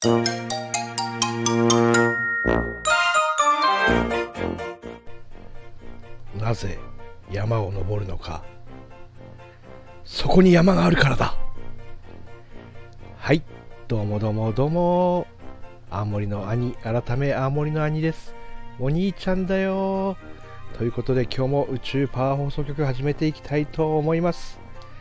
なぜ山を登るのか。そこに山があるからだ。はい、どうもどうもどうも、青森の兄、改め青森の兄です。お兄ちゃんだよ。ということで今日も宇宙パワー放送局始めていきたいと思います。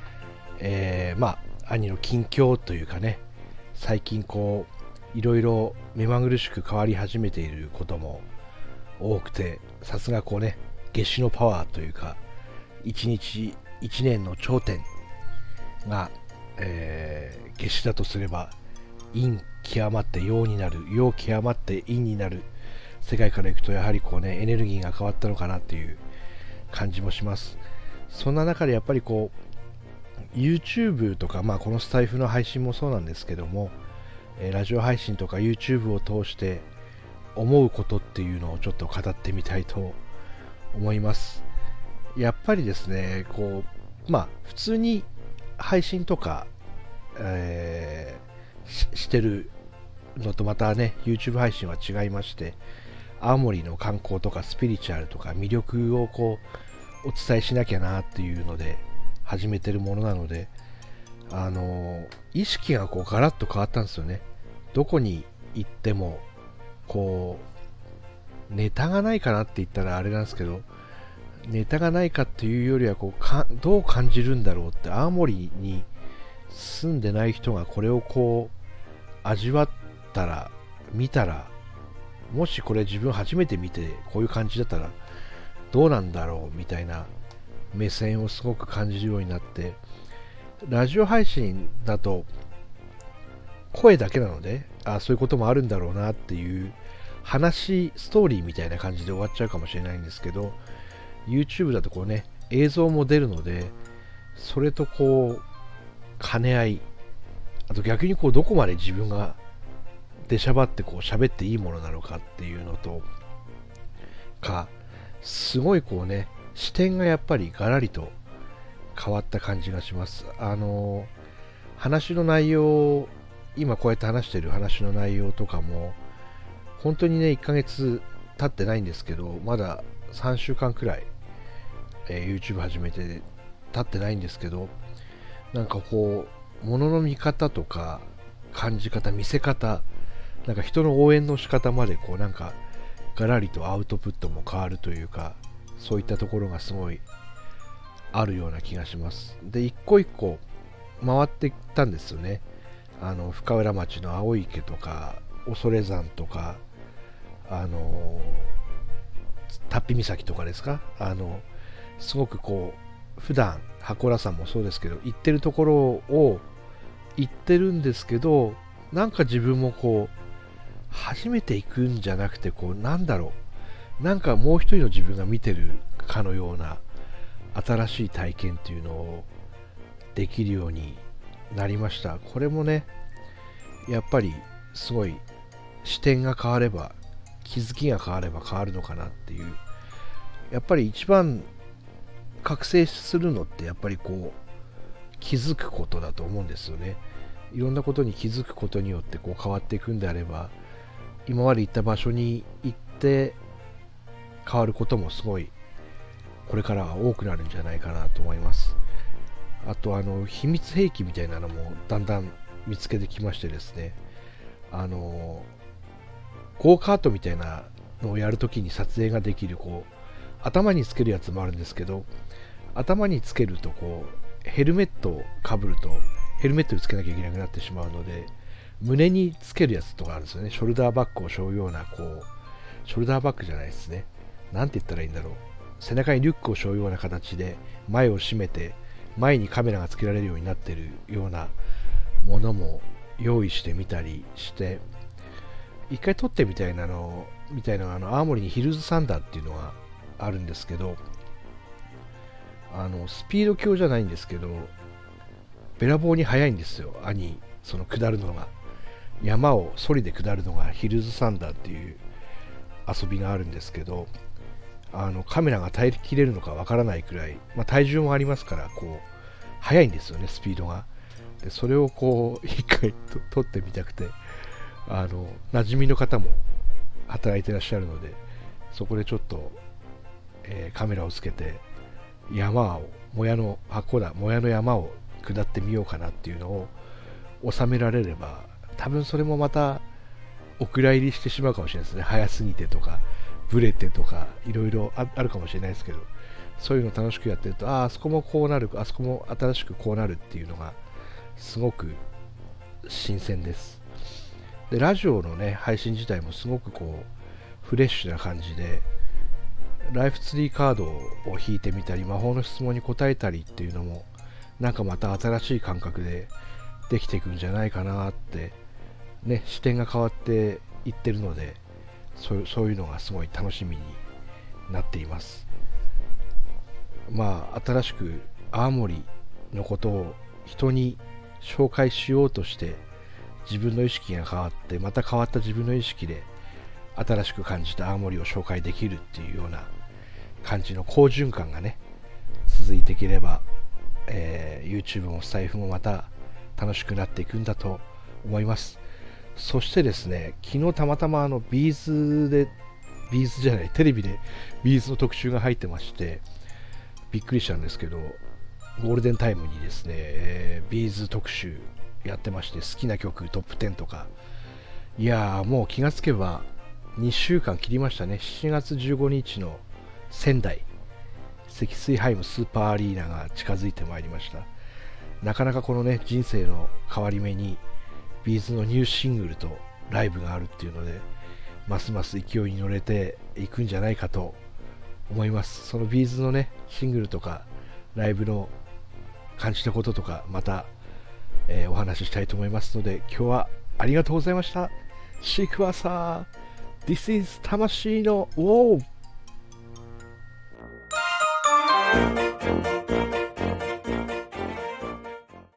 兄の近況というかね、最近こういろいろ目まぐるしく変わり始めていることも多くて、さすがこうね、夏至のパワーというか、一日一年の頂点が、夏至だとすれば、陰極まって陽になる、陽極まって陰になる世界からいくと、やはりこうね、エネルギーが変わったのかなっていう感じもします。そんな中でやっぱりこう YouTube とか、このスタイフの配信もそうなんですけども、ラジオ配信とか YouTube を通して思うことっていうのをちょっと語ってみたいと思います。やっぱりですね、こう普通に配信とか、してるのとまたね、 YouTube 配信は違いまして、青森の観光とかスピリチュアルとか魅力をこうお伝えしなきゃなっていうので始めてるものなので、意識がこうガラッと変わったんですよね。どこに行ってもこうネタがないかなって言ったらあれなんですけど、ネタがないかっていうよりはこうどう感じるんだろうって、青森に住んでない人がこれをこう味わったら、見たら、もしこれ自分初めて見てこういう感じだったらどうなんだろうみたいな目線をすごく感じるようになって、ラジオ配信だと声だけなので、そういうこともあるんだろうなっていう話、ストーリーみたいな感じで終わっちゃうかもしれないんですけど、 YouTube だとこうね、映像も出るので、それとこう兼ね合い、あと逆にこうどこまで自分が出しゃばってこう喋っていいものなのかっていうのとか、すごいこうね、視点がやっぱりガラリと変わった感じがします。話の内容、今こうやって話している話の内容とかも本当にね、1ヶ月経ってないんですけど、まだ3週間くらい、YouTube 始めて経ってないんですけど、なんかこう物の見方とか感じ方、見せ方、なんか人の応援の仕方までこうなんかガラリとアウトプットも変わるというか、そういったところがすごいあるような気がします。で、一個一個回っていったんですよね。深浦町の青池とか恐山とか、龍飛岬とかですか、すごくこう普段函館山もそうですけど行ってるところを行ってるんですけど、なんか自分もこう初めて行くんじゃなくて、こうなんだろう、なんかもう一人の自分が見てるかのような新しい体験っていうのをできるようになりました。これもね、やっぱりすごい視点が変われば、気づきが変われば変わるのかなっていう、やっぱり一番覚醒するのってやっぱりこう気づくことだと思うんですよね。いろんなことに気づくことによってこう変わっていくんであれば、今まで行った場所に行って変わることもすごいこれからは多くなるんじゃないかなと思います。あと秘密兵器みたいなのもだんだん見つけてきましてですね、ゴーカートみたいなのをやるときに撮影ができるこう頭につけるやつもあるんですけど、頭につけるとこうヘルメットをかぶるとヘルメットにつけなきゃいけなくなってしまうので、胸につけるやつとかあるんですよね。ショルダーバッグを背負うような、こうショルダーバッグじゃないですね、なんて言ったらいいんだろう、背中にリュックを背負うような形で前を閉めて前にカメラがつけられるようになっているようなものも用意してみたりして、一回撮ってみたいなのが青森にヒルズサンダーっていうのがあるんですけど、スピード強じゃないんですけどべらぼうに速いんですよ。その下るのが、山をソリで下るのがヒルズサンダーっていう遊びがあるんですけど、カメラが耐えきれるのかわからないくらい、体重もありますからこう速いんですよね、スピードが。でそれをこう一回撮ってみたくて、 馴染みの方も働いてらっしゃるので、そこでちょっと、カメラをつけて山をもやの山を下ってみようかなっていうのを収められれば、多分それもまたお蔵入りしてしまうかもしれないですね。早すぎてとかブレてとかいろいろあるかもしれないですけど、そういうの楽しくやってると、あそこもこうなる、あそこも新しくこうなるっていうのがすごく新鮮です。でラジオのね配信自体もすごくこうフレッシュな感じで、ライフツリーカードを引いてみたり魔法の質問に答えたりっていうのもなんかまた新しい感覚でできていくんじゃないかなってね、視点が変わっていってるので、そういうのがすごい楽しみになっています。まあ新しく青森のことを人に紹介しようとして自分の意識が変わって、また変わった自分の意識で新しく感じた青森を紹介できるっていうような感じの好循環がね続いていければ、YouTube もスタイフもまた楽しくなっていくんだと思います。そしてですね、昨日たまたまテレビでビーズの特集が入ってまして、びっくりしたんですけど、ゴールデンタイムにですね、ビーズ特集やってまして、好きな曲トップ10とか、いやーもう気がつけば2週間切りましたね。7月15日の仙台積水ハイムスーパーアリーナが近づいてまいりました。なかなかこのね人生の変わり目にビーズのニューシングルとライブがあるっていうので、ますます勢いに乗れていくんじゃないかと思います。そのビーズのねシングルとかライブの感じたこととかまた、お話ししたいと思いますので、今日はありがとうございました。シークワーサー This is 魂のウォー